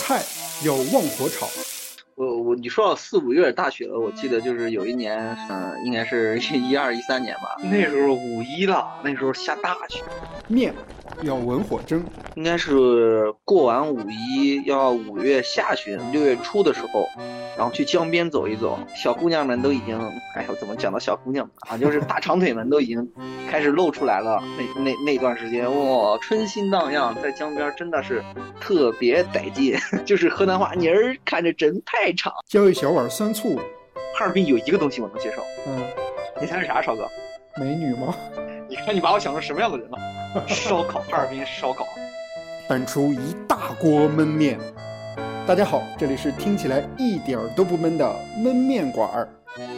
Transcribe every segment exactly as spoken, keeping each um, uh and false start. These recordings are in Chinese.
菜要旺火炒。 我我你说到四五月大雪了，我记得就是有一年，嗯、呃，应该是一二一三年吧，那时候五一了，那时候下大雪。 面要文火蒸， 应该是过完五一，要五月下旬、六月初的时候，然后去江边走一走，小姑娘们都已经，哎呀，怎么讲到小姑娘们啊？就是大长腿们都已经开始露出来了。那那那段时间，哇，春心荡漾，在江边真的是特别得劲。就是河南话，妮儿看着真太长。 浇一小碗酸醋。 哈尔滨有一个东西我能接受， 嗯， 你猜是啥，超哥？ 美女吗？ 你看你把我想成什么样的人了？烧烤，哈尔滨烧烤， 拌出一大锅焖面。大家好，这里是听起来一点都不闷的焖面馆儿。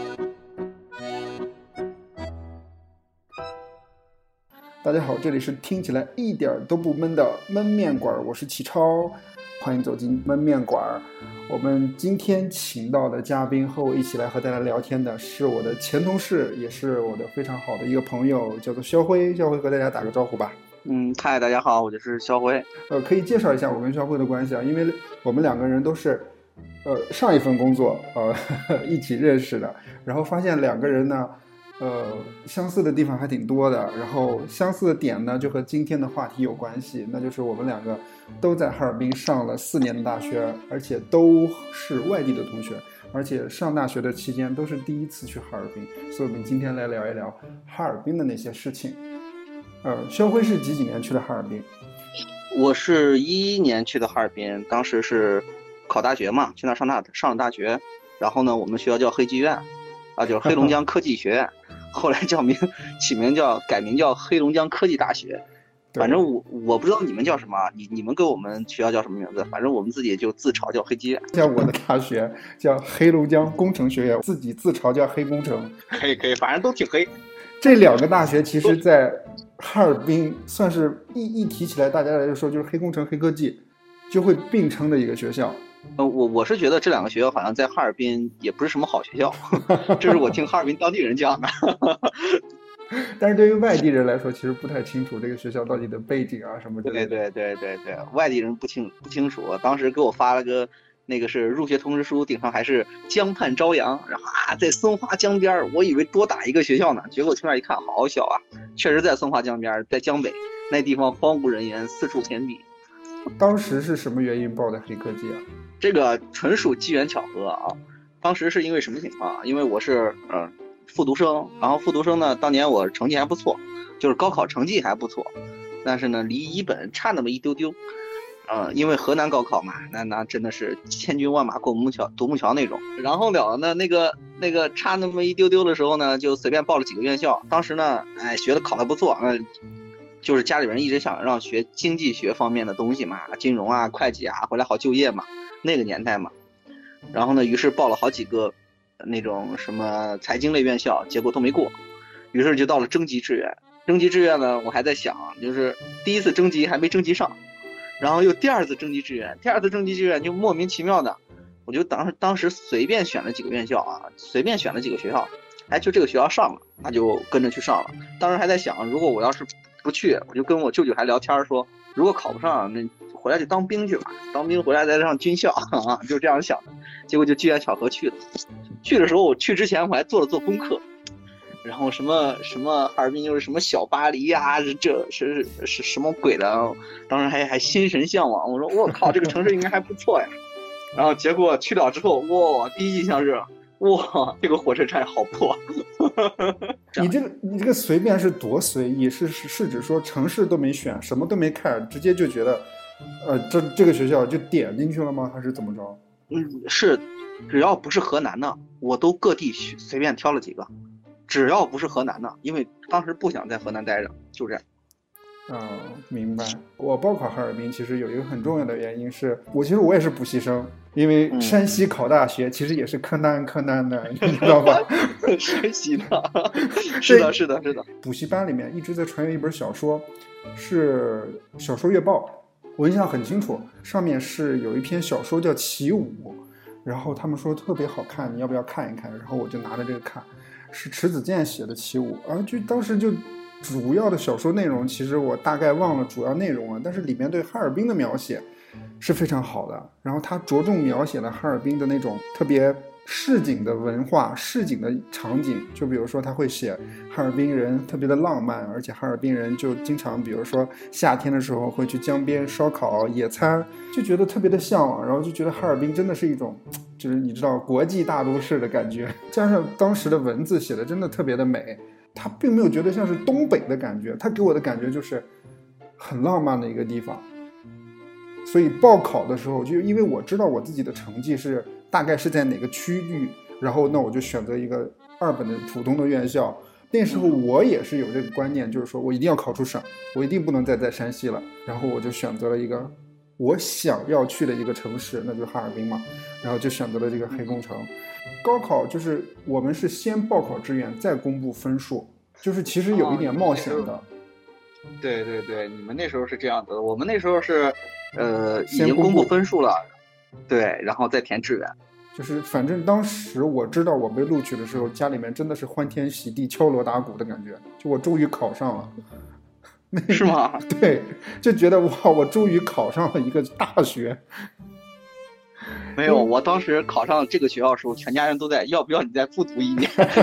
大家好，这里是听起来一点都不闷的焖面馆儿，我是启超，欢迎走进焖面馆儿。我们今天请到的嘉宾和我一起来和大家聊天的是我的前同事，也是我的非常好的一个朋友，叫做肖辉。肖辉和大家打个招呼吧。 嗯，嗨，大家好，我就是肖辉。 呃，可以介绍一下我跟肖辉的关系啊，因为我们两个人都是，呃，上一份工作呃呵呵一起认识的，然后发现两个人呢，呃，相似的地方还挺多的，然后相似的点呢就和今天的话题有关系，那就是我们两个都在哈尔滨上了四年的大学，而且都是外地的同学，而且上大学的期间都是第一次去哈尔滨，所以我们今天来聊一聊哈尔滨的那些事情。呃，肖辉是几几年去的哈尔滨？ 我是一一年去的哈尔滨，当时是考大学嘛，去那上大上了大学，然后呢，我们学校叫黑技院，啊，就是黑龙江科技学院，后来叫名起名叫改名叫黑龙江科技大学。反正我我不知道你们叫什么，你你们给我们学校叫什么名字？反正我们自己就自嘲叫黑技院。 像我的大学叫黑龙江工程学院，自己自嘲叫黑工程。 可以可以，反正都挺黑。 这两个大学其实在哈尔滨算是一一提起来，大家来说就是黑工程、黑科技，就会并称的一个学校。 呃，我我是觉得这两个学校好像在哈尔滨也不是什么好学校，这是我听哈尔滨当地人讲的。 但是对于外地人来说，其实不太清楚这个学校到底的背景啊什么之类的。 对对对对对，外地人不清不清楚。当时给我发了个那个是入学通知书，顶上还是江畔朝阳，然后啊在松花江边，我以为多大一个学校呢，结果去那一看，好小啊！确实在松花江边，在江北那地方荒无人烟，四处田地。 当时是什么原因报的黑科技啊？ 这个纯属机缘巧合啊！当时是因为什么情况啊？因为我是呃复读生，然后复读生呢，当年我成绩还不错，就是高考成绩还不错，但是呢离一本差那么一丢丢。呃，因为河南高考嘛，那那真的是千军万马过独木桥，独木桥那种。然后了呢，那个那个差那么一丢丢的时候呢，就随便报了几个院校。当时呢，哎，学的考得不错，那、呃、就是家里人一直想让学经济学方面的东西嘛，金融啊、会计啊，回来好就业嘛，那个年代嘛。然后呢，于是报了好几个那种什么财经类院校，结果都没过。于是就到了征集志愿。征集志愿呢，我还在想，就是第一次征集还没征集上。然后又第二次征集志愿，第二次征集志愿就莫名其妙的，我就当时当时随便选了几个院校啊，随便选了几个学校，哎，就这个学校上了，那就跟着去上了。当时还在想，如果我要是不去，我就跟我舅舅还聊天说，如果考不上，那回来就当兵去吧，当兵回来再上军校啊，就这样想的。结果就机缘巧合去了。去的时候，我去之前我还做了做功课。然后什么什么哈尔滨就是什么小巴黎呀、啊，这是是是什么鬼的？当时还还心神向往，我说我靠，这个城市应该还不错呀。然后结果去了之后，哇，第一印象是哇，这个火车站好破。 你这个你这个随便是多随意？是是是指说城市都没选，什么都没看，直接就觉得，呃，这这个学校就点进去了吗？还是怎么着？ 嗯，是，只要不是河南的，我都各地随便挑了几个。只要不是河南的，因为当时不想在河南待着，就这样。 哦，明白。我报考哈尔滨其实有一个很重要的原因是，我其实我也是补习生，因为山西考大学其实也是柯南柯南的，嗯、你知道吧？ 山西的，是的，是的，是的。 补习班里面一直在传阅一本小说，是小说月报，我印象很清楚，上面是有一篇小说叫《起舞》，然后他们说特别好看，你要不要看一看？然后我就拿着这个看。是迟子建写的《起舞》啊，就当时就主要的小说内容其实我大概忘了主要内容了，但是里面对哈尔滨的描写是非常好的，然后他着重描写了哈尔滨的那种特别市井的文化、市井的场景，就比如说他会写哈尔滨人特别的浪漫，而且哈尔滨人就经常比如说夏天的时候会去江边烧烤野餐，就觉得特别的向往，然后就觉得哈尔滨真的是一种就是你知道国际大都市的感觉，加上当时的文字写的真的特别的美，他并没有觉得像是东北的感觉，他给我的感觉就是很浪漫的一个地方。所以报考的时候，就因为我知道我自己的成绩是大概是在哪个区域，然后那我就选择一个二本的普通的院校。那时候我也是有这个观念，就是说我一定要考出省，我一定不能再在山西了。然后我就选择了一个我想要去的一个城市，那就是哈尔滨嘛。然后就选择了这个黑工程。高考就是我们是先报考志愿，再公布分数，就是其实有一点冒险的。 哦、对对对，你们那时候是这样的，我们那时候是。呃，已经公布分数了，对，然后再填志愿。 就是反正当时我知道我被录取的时候，家里面真的是欢天喜地、敲锣打鼓的感觉，就我终于考上了。 是吗？ 对，就觉得哇，我终于考上了一个大学。 没有，我当时考上这个学校的时候，全家人都在，要不要你再复读一年？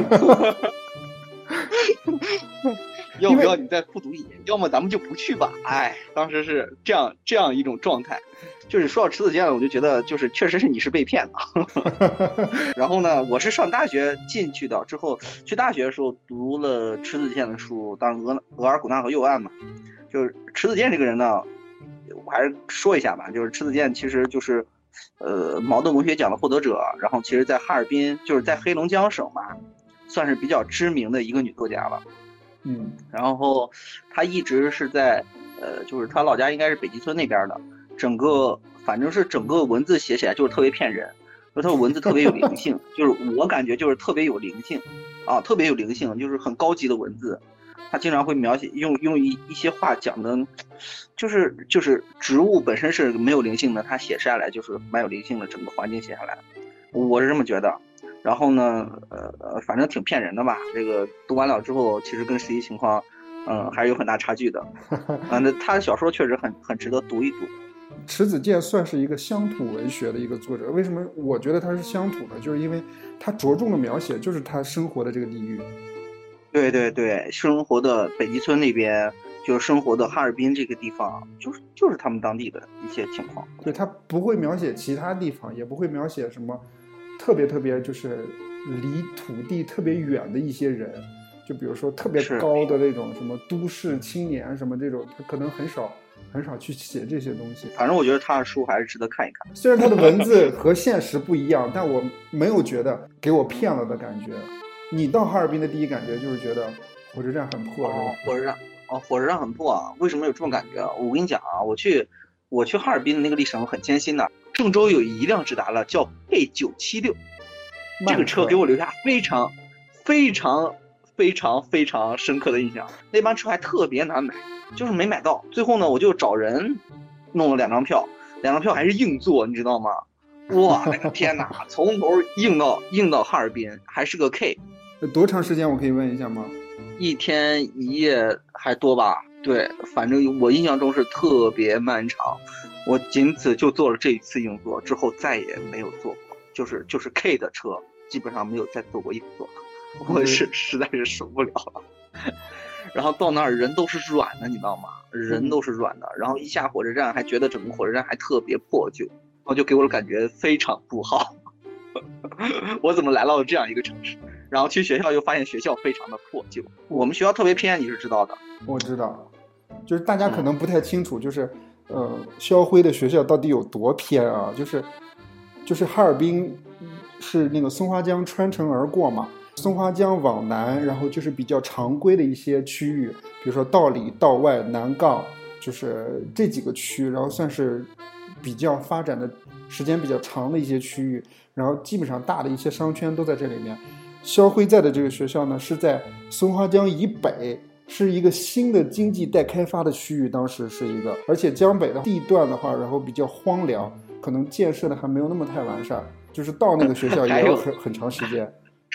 要不要你再复读一年？要么咱们就不去吧。哎，当时是这样这样一种状态。就是说到迟子建，我就觉得就是确实是你是被骗的。然后呢，我是上大学进去的，之后去大学的时候读了迟子建的书，当然额额尔古纳河右岸嘛。就是迟子建这个人呢，我还是说一下吧。就是迟子建其实就是呃茅盾文学奖的获得者，然后其实在哈尔滨就是在黑龙江省嘛，算是比较知名的一个女作家了。 嗯， 然后他一直是在，呃，就是他老家应该是北极村那边的，整个反正是整个文字写起来就是特别骗人，就他的文字特别有灵性，就是我感觉就是特别有灵性，啊，特别有灵性，就是很高级的文字。他经常会描写用用一一些话讲的，就是就是植物本身是没有灵性的，他写下来就是蛮有灵性的，整个环境写下来，我是这么觉得。然后呢，呃，反正挺骗人的吧。这个读完了之后，其实跟实际情况，嗯、呃，还是有很大差距的。啊，那他的小说确实很很值得读一读。 迟子建算是一个乡土文学的一个作者，为什么我觉得他是乡土呢？就是因为他着重的描写就是他生活的这个地域。 对对对，生活的北极村那边，就是生活的哈尔滨这个地方，就是就是他们当地的一些情况。 对，他不会描写其他地方，也不会描写什么特别特别就是离土地特别远的一些人，就比如说特别高的那种什么都市青年什么这种，他可能很少很少去写这些东西。 反正我觉得他的书还是值得看一看， 虽然他的文字和现实不一样，但我没有觉得给我骗了的感觉。你到哈尔滨的第一感觉就是觉得火车站很破， 哦，火车站，哦，火车站很破啊？为什么有这种感觉啊？我跟你讲啊，我去我去哈尔滨的那个历程很艰辛的。郑州有一辆直达了叫 K 九七六，这个车给我留下非常非常非常非常深刻的印象。那班车还特别难买，就是没买到。最后呢，我就找人弄了两张票，两张票还是硬座，你知道吗？哇，那个天哪，从头硬到硬到哈尔滨，还是个 K。 多长时间我可以问一下吗？ 一天一夜还多吧？对，反正我印象中是特别漫长。我仅此就做了这一次硬座，之后再也没有坐过，就是就是 K 的车，基本上没有再坐过硬座，我是实在是受不了了。然后到那儿人都是软的，你知道吗？人都是软的。然后一下火车站还觉得整个火车站还特别破旧，然后就给我的感觉非常不好。我怎么来到了这样一个城市？然后去学校又发现学校非常的破旧。我们学校特别偏，你是知道的。 我知道，就是大家可能不太清楚，就是呃，肖辉的学校到底有多偏啊？就是就是哈尔滨是那个松花江穿城而过嘛，松花江往南，然后就是比较常规的一些区域，比如说道里、道外、南杠，就是这几个区，然后算是比较发展的时间比较长的一些区域，然后基本上大的一些商圈都在这里面。肖辉在的这个学校呢，是在松花江以北，是一个新的经济待开发的区域，当时是一个，而且江北的地段的话，然后比较荒凉，可能建设的还没有那么太完善，就是到那个学校也要很很长时间。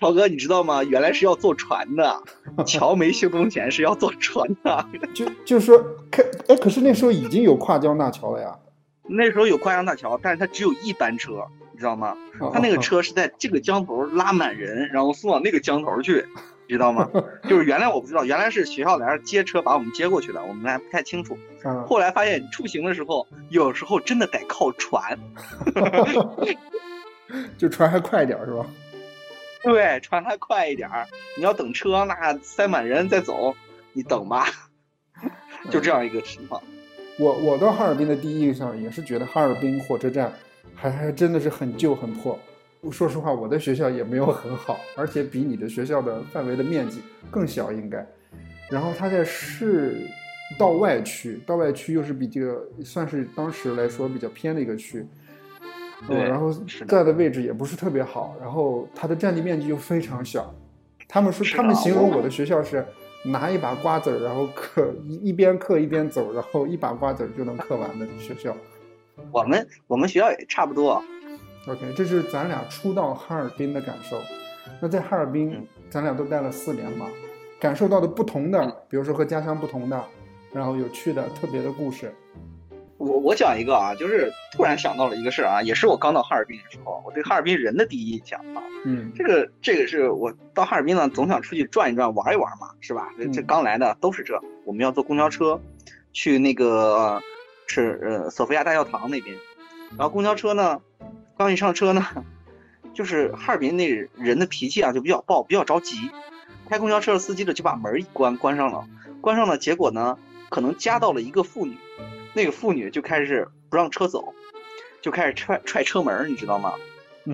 超哥，你知道吗？原来是要坐船的，桥没修通前是要坐船的。 就就是说，可哎，可是那时候已经有跨江大桥了呀。 那时候有跨江大桥，但是它只有一班车，你知道吗？它那个车是在这个江头拉满人，然后送到那个江头去，知道吗？就是原来我不知道，原来是学校来接车把我们接过去的，我们还不太清楚。后来发现出行的时候，有时候真的得靠船。 就船还快一点是吧？ 对，船还快一点，你要等车，那塞满人再走，你等吧。就这样一个情况。 我我到哈尔滨的第一印象也是觉得哈尔滨火车站还还真的是很旧很破。说实话，我的学校也没有很好，而且比你的学校的范围的面积更小应该。然后它在市道外区，道外区又是比这个算是当时来说比较偏的一个区。 对、 嗯，然后在的位置也不是特别好，然后它的占地面积又非常小。他们说，他们形容我的学校是拿一把瓜子儿，然后嗑一一边嗑一边走，然后一把瓜子儿就能嗑完的学校。 我们我们学校也差不多。 OK， 这是咱俩初到哈尔滨的感受。那在哈尔滨， 嗯、 咱俩都待了四年嘛，感受到的不同的，比如说和家乡不同的，然后有趣的、特别的故事。 我我讲一个啊，就是突然想到了一个事儿啊，也是我刚到哈尔滨的时候，我对哈尔滨人的第一印象啊。 嗯， 这个这个是我到哈尔滨呢，总想出去转一转、玩一玩嘛，是吧？这这刚来的都是这，我们要坐公交车去那个是呃索菲亚大教堂那边，然后公交车呢，刚一上车呢，就是哈尔滨那人的脾气啊就比较暴，比较着急。开公交车的司机呢就把门一关，关上了，关上了，结果呢可能夹到了一个妇女。那个妇女就开始不让车走，就开始踹踹车门，你知道吗？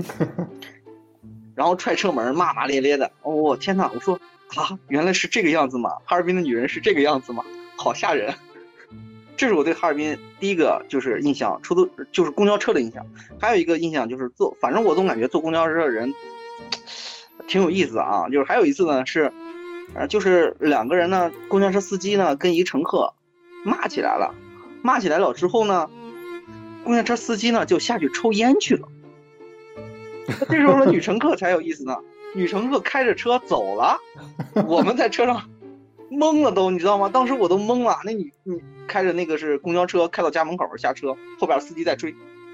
然后踹车门，骂骂咧咧的。哦，天哪！我说啊，原来是这个样子吗？哈尔滨的女人是这个样子吗？好吓人！这是我对哈尔滨第一个就是印象，出租就是公交车的印象。还有一个印象就是坐，反正我总感觉坐公交车的人挺有意思啊。就是还有一次呢是，呃，就是两个人呢，公交车司机呢跟一乘客骂起来了。骂起来了之后呢，公交车司机呢就下去抽烟去了。这时候呢，女乘客才有意思呢。女乘客开着车走了，我们在车上懵了都，你知道吗？当时我都懵了。那女你开着那个是公交车开到家门口下车，后边司机在追。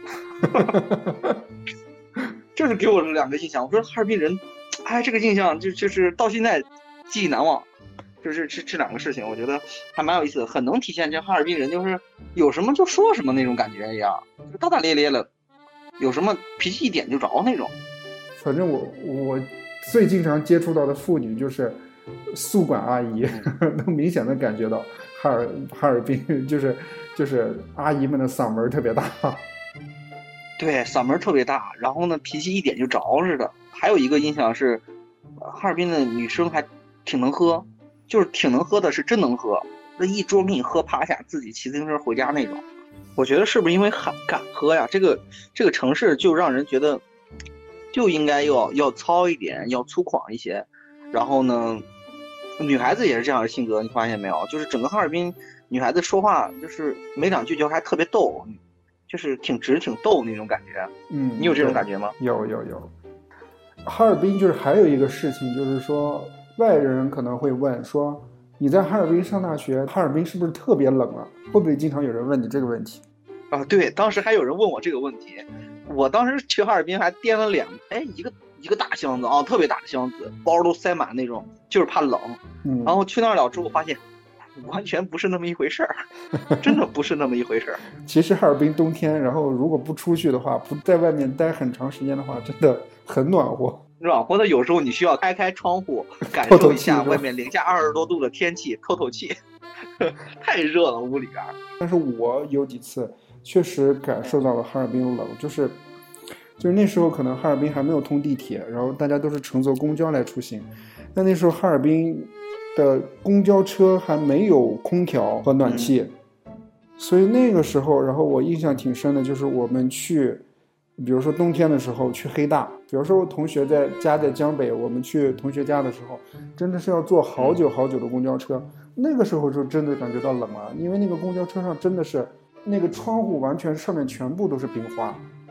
这是给我两个印象。我说哈尔滨人，哎，这个印象就就是到现在记忆难忘。就是这这两个事情，我觉得还蛮有意思的，很能体现这哈尔滨人就是有什么就说什么那种感觉一样，就大大咧咧的，有什么脾气一点就着那种。 反正我我最经常接触到的妇女就是宿管阿姨，能明显的感觉到哈尔哈尔滨就是就是阿姨们的嗓门特别大。 对，嗓门特别大，然后呢脾气一点就着似的。还有一个印象是，哈尔滨的女生还挺能喝。就是挺能喝的，是真能喝，那一桌给你喝趴下，自己骑自行车回家那种。我觉得是不是因为很敢喝呀？这个这个城市就让人觉得就应该要要糙一点，要粗犷一些。然后呢，女孩子也是这样的性格，你发现没有？就是整个哈尔滨女孩子说话就是没两句就还特别逗，就是挺直挺逗那种感觉。 嗯， 你有这种感觉吗？ 有有有。哈尔滨就是还有一个事情，就是说。外人可能会问说，你在哈尔滨上大学，哈尔滨是不是特别冷啊？会不会经常有人问你这个问题？ 啊，对，当时还有人问我这个问题。我当时去哈尔滨还掂了两，哎，一个一个大箱子啊，特别大的箱子，包都塞满那种，就是怕冷。 嗯， 然后去那儿了之后发现，完全不是那么一回事儿，真的不是那么一回事儿。 其实哈尔滨冬天，然后如果不出去的话，不在外面待很长时间的话，真的很暖和。 暖和的有时候你需要开开窗户，感受一下外面零下二十多度的天气，透透气。太热了屋里边。 但是我有几次确实感受到了哈尔滨冷，就是就是那时候可能哈尔滨还没有通地铁，然后大家都是乘坐公交来出行。但那时候哈尔滨的公交车还没有空调和暖气，嗯、所以那个时候，然后我印象挺深的，就是我们去。比如说冬天的时候去黑大，比如说我同学在家在江北，我们去同学家的时候，真的是要坐好久好久的公交车。那个时候就真的感觉到冷了，因为那个公交车上真的是那个窗户完全上面全部都是冰花。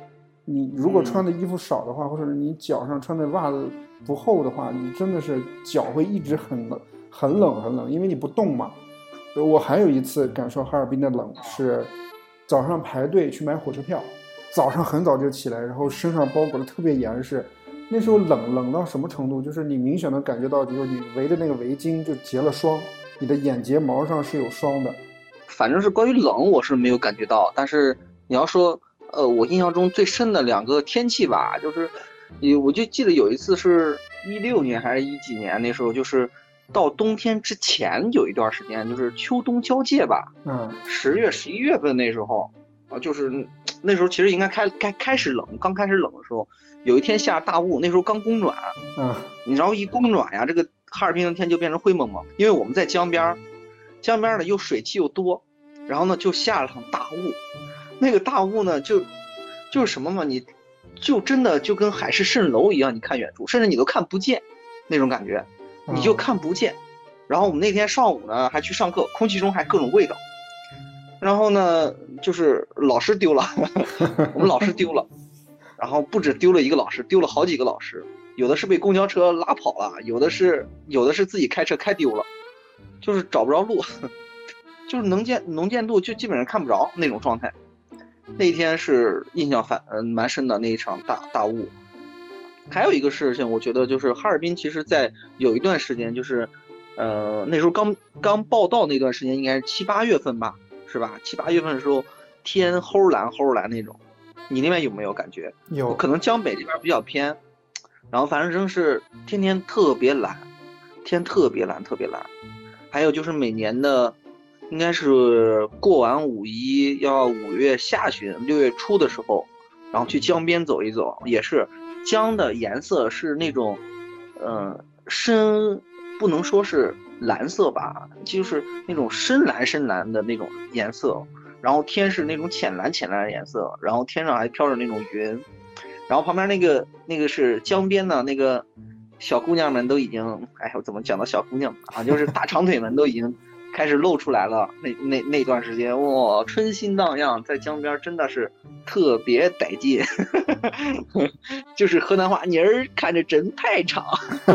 你如果穿的衣服少的话，或者是你脚上穿的袜子不厚的话，你真的是脚会一直很冷很冷很冷，因为你不动嘛。我还有一次感受哈尔滨的冷是早上排队去买火车票，早上很早就起来，然后身上包裹的特别严实，那时候冷冷到什么程度，就是你明显能感觉到，就是你围的那个围巾就结了霜，你的眼睫毛上是有霜的。 反正是关于冷我是没有感觉到，但是你要说呃，我印象中最深的两个天气吧，就是我就记得有一次是一六年还是一几年，那时候就是到冬天之前有一段时间，就是秋冬交界吧， 嗯， 十月十一月份那时候啊，就是那时候其实应该开开开始冷，刚开始冷的时候，有一天下大雾，那时候刚供暖， 嗯， 你然后一供暖呀，这个哈尔滨的天就变成灰蒙蒙，因为我们在江边，江边呢又水汽又多，然后呢就下了场大雾，那个大雾呢就就是什么嘛，你就真的就跟海市蜃楼一样，你看远处，甚至你都看不见那种感觉，你就看不见。然后我们那天上午呢还去上课，空气中还各种味道。然后呢，就是老师丢了，我们老师丢了，然后不止丢了一个老师，丢了好几个老师，有的是被公交车拉跑了，有的是有的是自己开车开丢了，就是找不着路，就是能见能见度就基本上看不着那种状态。那一天是印象反嗯蛮深的那一场大大雾。还有一个事情，我觉得就是哈尔滨，其实在有一段时间，就是呃那时候刚刚报道那段时间，应该是七八月份吧，是吧？七八月份的时候，天齁蓝齁蓝那种。你那边有没有感觉？ 有， 可能江北这边比较偏，然后反正是天天特别蓝，天特别蓝特别蓝。还有就是每年的，应该是过完五一，要五月下旬、六月初的时候，然后去江边走一走，也是江的颜色是那种，呃，深，不能说是蓝色吧，就是那种深蓝深蓝的那种颜色。然后天是那种浅蓝浅蓝的颜色，然后天上还飘着那种云，然后旁边那个那个是江边的那个小姑娘们都已经，哎，我怎么讲到小姑娘啊？就是大长腿们都已经开始露出来了。那那那段时间，哇，春心荡漾，在江边真的是特别得劲，就是河南话，妮儿看着真太长。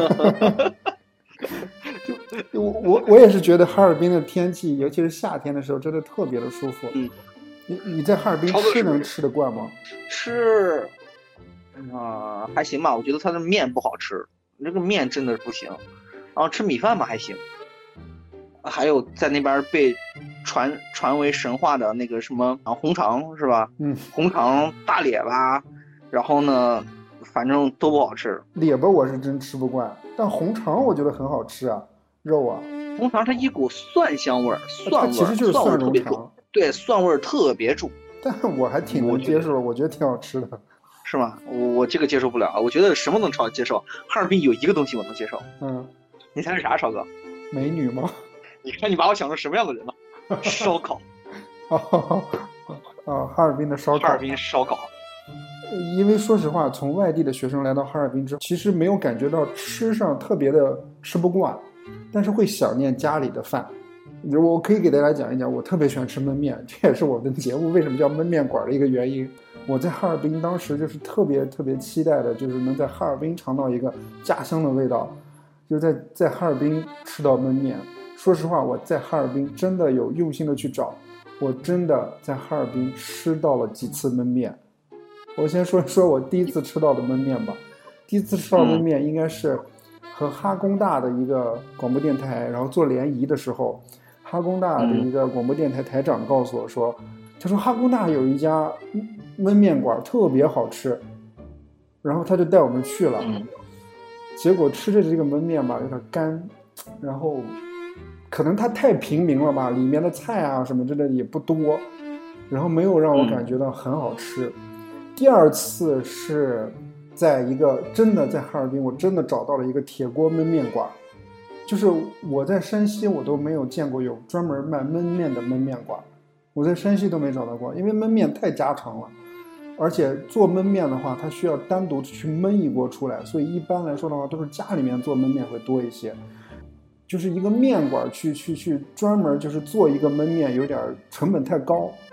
就我我我也是觉得哈尔滨的天气，尤其是夏天的时候，真的特别的舒服。 嗯， 你你在哈尔滨吃能吃得惯吗？ 吃，啊、呃、还行吧，我觉得它的面不好吃，这个面真的不行。然后吃米饭嘛还行。还有在那边被传传为神话的那个什么啊红肠是吧？ 嗯， 红肠大列巴，然后呢，反正都不好吃。 列巴我是真吃不惯，但红肠我觉得很好吃啊，肉啊。 红肠它一股蒜香味儿，蒜味儿， 其实就是蒜味特别蓉重，对，蒜味儿特别重。 但我还挺能接受，我觉得挺好吃的。 是吗？我我这个接受不了，我觉得什么能超接受。哈尔滨有一个东西我能接受， 嗯， 你猜是啥，超哥？ 美女吗？ 你看你把我想成什么样的人了？烧烤。 哦，哦，哈尔滨的烧烤。 哈尔滨烧烤。 因为说实话，从外地的学生来到哈尔滨之后，其实没有感觉到吃上特别的吃不惯，但是会想念家里的饭。我可以给大家讲一讲，我特别喜欢吃焖面，这也是我的节目为什么叫焖面馆的一个原因。我在哈尔滨当时就是特别特别期待的，就是能在哈尔滨尝到一个家乡的味道，就在在哈尔滨吃到焖面。说实话，我在哈尔滨真的有用心的去找，我真的在哈尔滨吃到了几次焖面。我先说说我第一次吃到的焖面吧。第一次吃到焖面应该是和哈工大的一个广播电台，然后做联谊的时候，哈工大的一个广播电台台长告诉我说，他说哈工大有一家焖面馆特别好吃，然后他就带我们去了。结果吃着这个焖面吧有点干，然后可能它太平民了吧，里面的菜啊什么之类的也不多，然后没有让我感觉到很好吃。第二次是在一个真的在哈尔滨，我真的找到了一个铁锅焖面馆，就是我在山西我都没有见过有专门卖焖面的焖面馆，我在山西都没找到过，因为焖面太家常了，而且做焖面的话它需要单独去焖一锅出来，所以一般来说的话都是家里面做焖面会多一些。就是一个面馆去去去专门就是做一个焖面有点成本太高，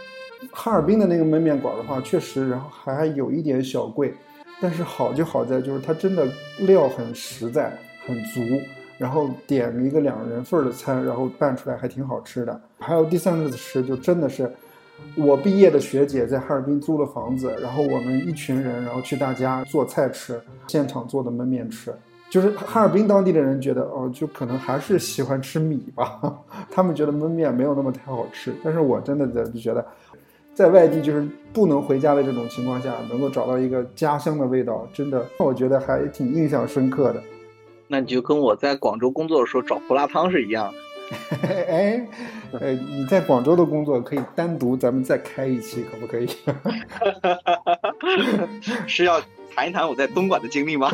哈尔滨的那个焖面馆的话，确实，然后还有一点小贵，但是好就好在就是它真的料很实在，很足，然后点一个两人份的餐，然后拌出来还挺好吃的。还有第三次吃，就真的是我毕业的学姐在哈尔滨租了房子，然后我们一群人，然后去大家做菜吃，现场做的焖面吃。就是哈尔滨当地的人觉得哦，就可能还是喜欢吃米吧，他们觉得焖面没有那么太好吃。但是我真的就觉得，在外地就是不能回家的这种情况下，能够找到一个家乡的味道，真的我觉得还挺印象深刻的。 那你就跟我在广州工作的时候找胡辣汤是一样的。 哎，呃，你在广州的工作可以单独咱们再开一期，可不可以？ 是要谈一谈我在东莞的经历吗？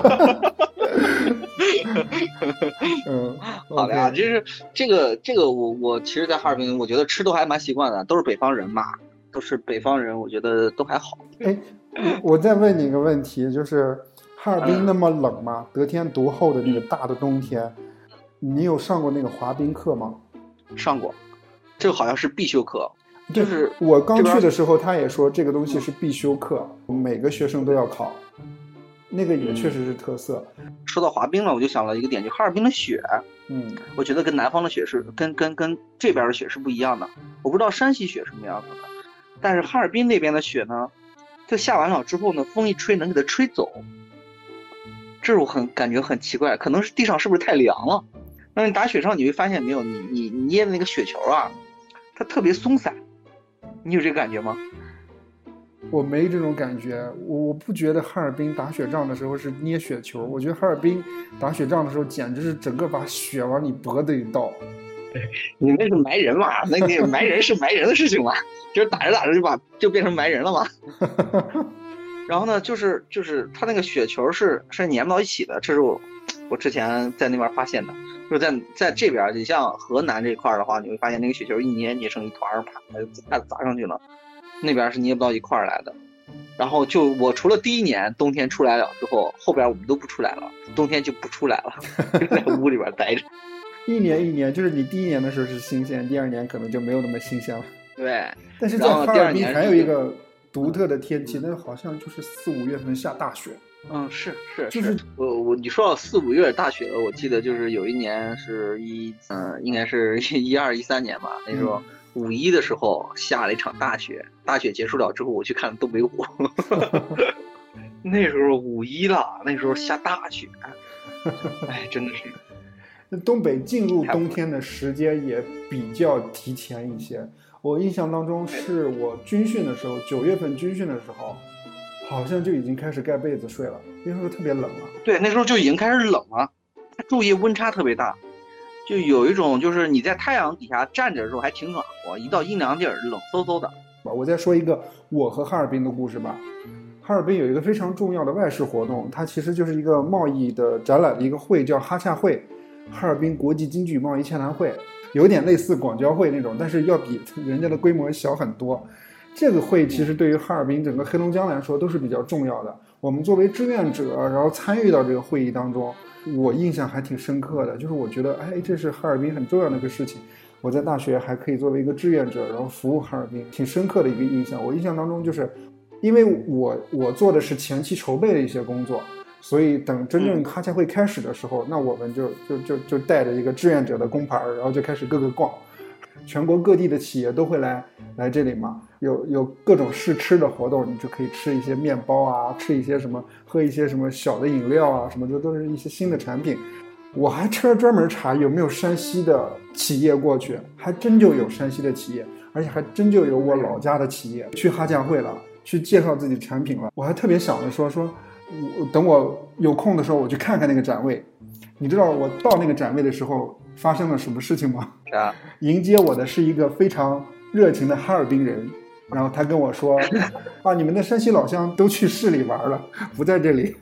嗯， 好的呀，就是这个这个我我其实，在哈尔滨，我觉得吃都还蛮习惯的，都是北方人嘛，都是北方人，我觉得都还好。 哎，我再问你一个问题，就是哈尔滨那么冷吗？得天独厚的那个大的冬天，你有上过那个滑冰课吗？ 上过，这个好像是必修课。就是我刚去的时候，他也说这个东西是必修课，每个学生都要考。那个也确实是特色。 说到滑冰了，我就想了一个点，就哈尔滨的雪， 嗯， 我觉得跟南方的雪是跟跟跟这边的雪是不一样的。我不知道山西雪什么样子的，但是哈尔滨那边的雪呢，它下完了之后呢，风一吹能给它吹走，这是我很感觉很奇怪，可能是地上是不是太凉了？那你打雪仗你会发现没有，你你捏的那个雪球啊，它特别松散，你有这个感觉吗？ 我没这种感觉，我我不觉得哈尔滨打雪仗的时候是捏雪球，我觉得哈尔滨打雪仗的时候简直是整个把雪往你脖子里倒。 你那是埋人嘛？那你埋人是埋人的事情嘛？就是打着打着就把就变成埋人了嘛？然后呢，就是就是它那个雪球是是粘不到一起的，这是我我之前在那边发现的。就是在在这边，你像河南这块的话，你会发现那个雪球一捏捏成一团，啪啪砸上去了。那边是捏不到一块儿来的，然后就我除了第一年冬天出来了之后，后边我们都不出来了，冬天就不出来了，就在屋里边待着。 一年一年，就是你第一年的时候是新鲜，第二年可能就没有那么新鲜了。 对， 但是在哈尔滨还有一个独特的天气，那好像就是四五月份下大雪。 嗯，是是， 就是我我你说到四五月大雪了，我记得就是有一年是一嗯、呃，应该是一二一三年吧，那时候。嗯五一的时候下了一场大雪，大雪结束了之后，我去看东北虎。那时候五一了，那时候下大雪，哎，真的是。 东北进入冬天的时间也比较提前一些。我印象当中是我军训的时候，九月份军训的时候，好像就已经开始盖被子睡了，那时候特别冷了。 对，那时候就已经开始冷了，昼夜温差特别大。就有一种就是你在太阳底下站着的时候还挺暖和，一到阴凉地儿冷飕飕的。 我再说一个我和哈尔滨的故事吧。哈尔滨有一个非常重要的外事活动，它其实就是一个贸易的展览的一个会，叫哈洽会，哈尔滨国际经济贸易洽谈会，有点类似广交会那种，但是要比人家的规模小很多。这个会其实对于哈尔滨整个黑龙江来说都是比较重要的。我们作为志愿者，然后参与到这个会议当中，我印象还挺深刻的，就是我觉得，哎，这是哈尔滨很重要的一个事情。我在大学还可以作为一个志愿者，然后服务哈尔滨，挺深刻的一个印象。我印象当中就是，因为我我做的是前期筹备的一些工作，所以等真正哈洽会开始的时候，那我们就就就就带着一个志愿者的工牌，然后就开始各个逛。全国各地的企业都会来来这里嘛，有有各种试吃的活动，你就可以吃一些面包啊，吃一些什么，喝一些什么小的饮料啊，什么的都是一些新的产品。我还车专门查有没有山西的企业过去，还真就有山西的企业，而且还真就有我老家的企业去哈洽会了，去介绍自己产品了。我还特别想着说说，等我有空的时候我去看看那个展位。你知道我到那个展位的时候发生了什么事情吗？ 啊， 迎接我的是一个非常热情的哈尔滨人，然后他跟我说啊，你们的山西老乡都去市里玩了，不在这里。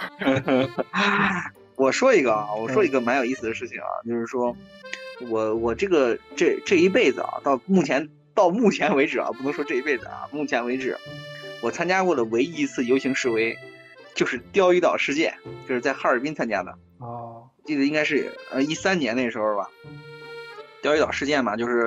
我说一个啊，我说一个蛮有意思的事情啊，嗯、就是说我我这个这这一辈子啊，到目前到目前为止啊，不能说这一辈子啊，目前为止我参加过的唯一一次游行示威，就是钓鱼岛事件，就是在哈尔滨参加的。 哦， 记得应该是呃一三年那时候吧。钓鱼岛事件嘛，就是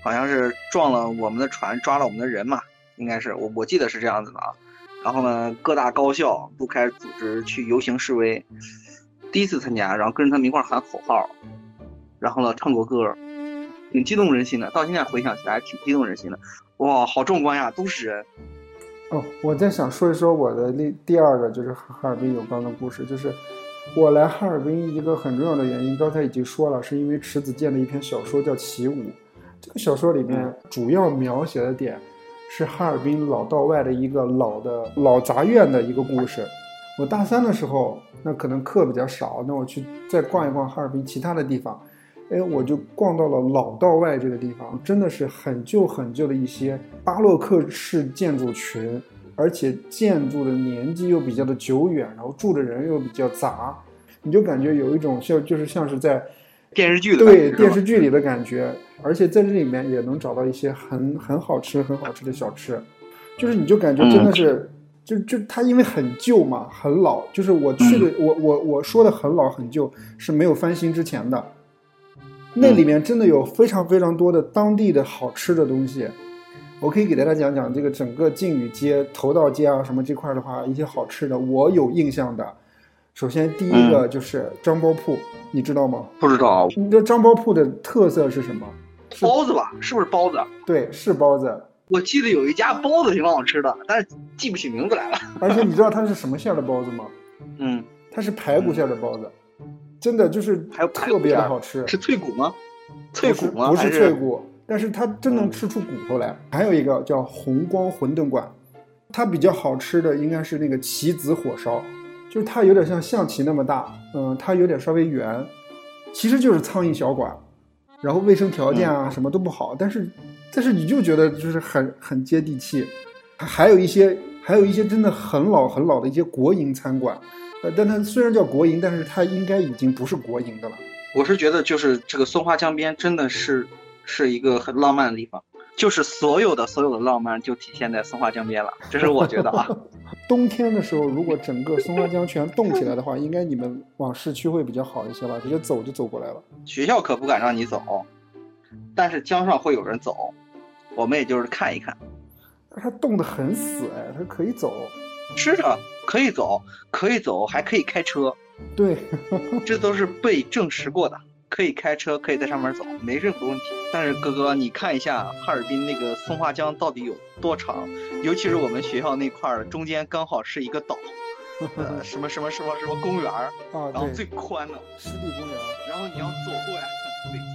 好像是撞了我们的船，抓了我们的人嘛，应该是我我记得是这样子的啊。然后呢，各大高校都开始组织去游行示威，第一次参加，然后跟着他们一块喊口号，然后呢唱国歌，挺激动人心的。到现在回想起来，挺激动人心的。哇，好壮观呀，都是人。 哦，我在想说一说我的第第二个就是和哈尔滨有关的故事，就是我来哈尔滨一个很重要的原因，刚才已经说了，是因为迟子建的一篇小说叫《起舞》。这个小说里面主要描写的点是哈尔滨老道外的一个老的老杂院的一个故事。我大三的时候，那可能课比较少，那我去再逛一逛哈尔滨其他的地方，哎，我就逛到了老道外这个地方，真的是很旧很旧的一些巴洛克式建筑群，而且建筑的年纪又比较的久远，然后住的人又比较杂，你就感觉有一种像就是像是在电视剧的对电视剧里的感觉，而且在这里面也能找到一些很很好吃很好吃的小吃，就是你就感觉真的是。嗯就就它因为很旧嘛，很老，就是我去的，我我我说的很老很旧是没有翻新之前的，那里面真的有非常非常多的当地的好吃的东西。我可以给大家讲讲这个整个靖宇街、头道街啊什么这块的话，一些好吃的我有印象的。首先第一个就是张包铺，嗯、你知道吗？ 不知道。 你知道张包铺的特色是什么？ 包子吧？是不是包子？ 对，是包子。 我记得有一家包子挺好吃的，但是记不起名字来了。 而且你知道它是什么馅的包子吗？ 嗯， 它是排骨馅的包子，真的就是特别的好吃。 是脆骨吗？脆骨吗？ 不是脆骨，但是它真能吃出骨头来。嗯、还有一个叫红光馄饨馆，它比较好吃的应该是那个棋子火烧，就是它有点像象棋那么大，嗯，它有点稍微圆，其实就是苍蝇小馆，然后卫生条件啊、嗯、什么都不好，但是。但是你就觉得就是很很接地气，还有一些还有一些真的很老很老的一些国营餐馆，呃，但它虽然叫国营，但是它应该已经不是国营的了。 我是觉得就是这个松花江边真的是是一个很浪漫的地方，就是所有的所有的浪漫就体现在松花江边了，这是我觉得啊。 冬天的时候，如果整个松花江全冻起来的话，应该你们往市区会比较好一些吧，直接走就走过来了。 学校可不敢让你走，但是江上会有人走。我们也就是看一看， 它冻得很死哎，它可以走， 是的，可以走，可以走，还可以开车， 对， 这都是被证实过的，可以开车，可以在上面走，没任何问题。但是哥哥，你看一下哈尔滨那个松花江到底有多长？尤其是我们学校那块儿，中间刚好是一个岛，呃，什么什么什么什么公园啊，然后最宽的湿地公园， 然后你要走过来很费劲。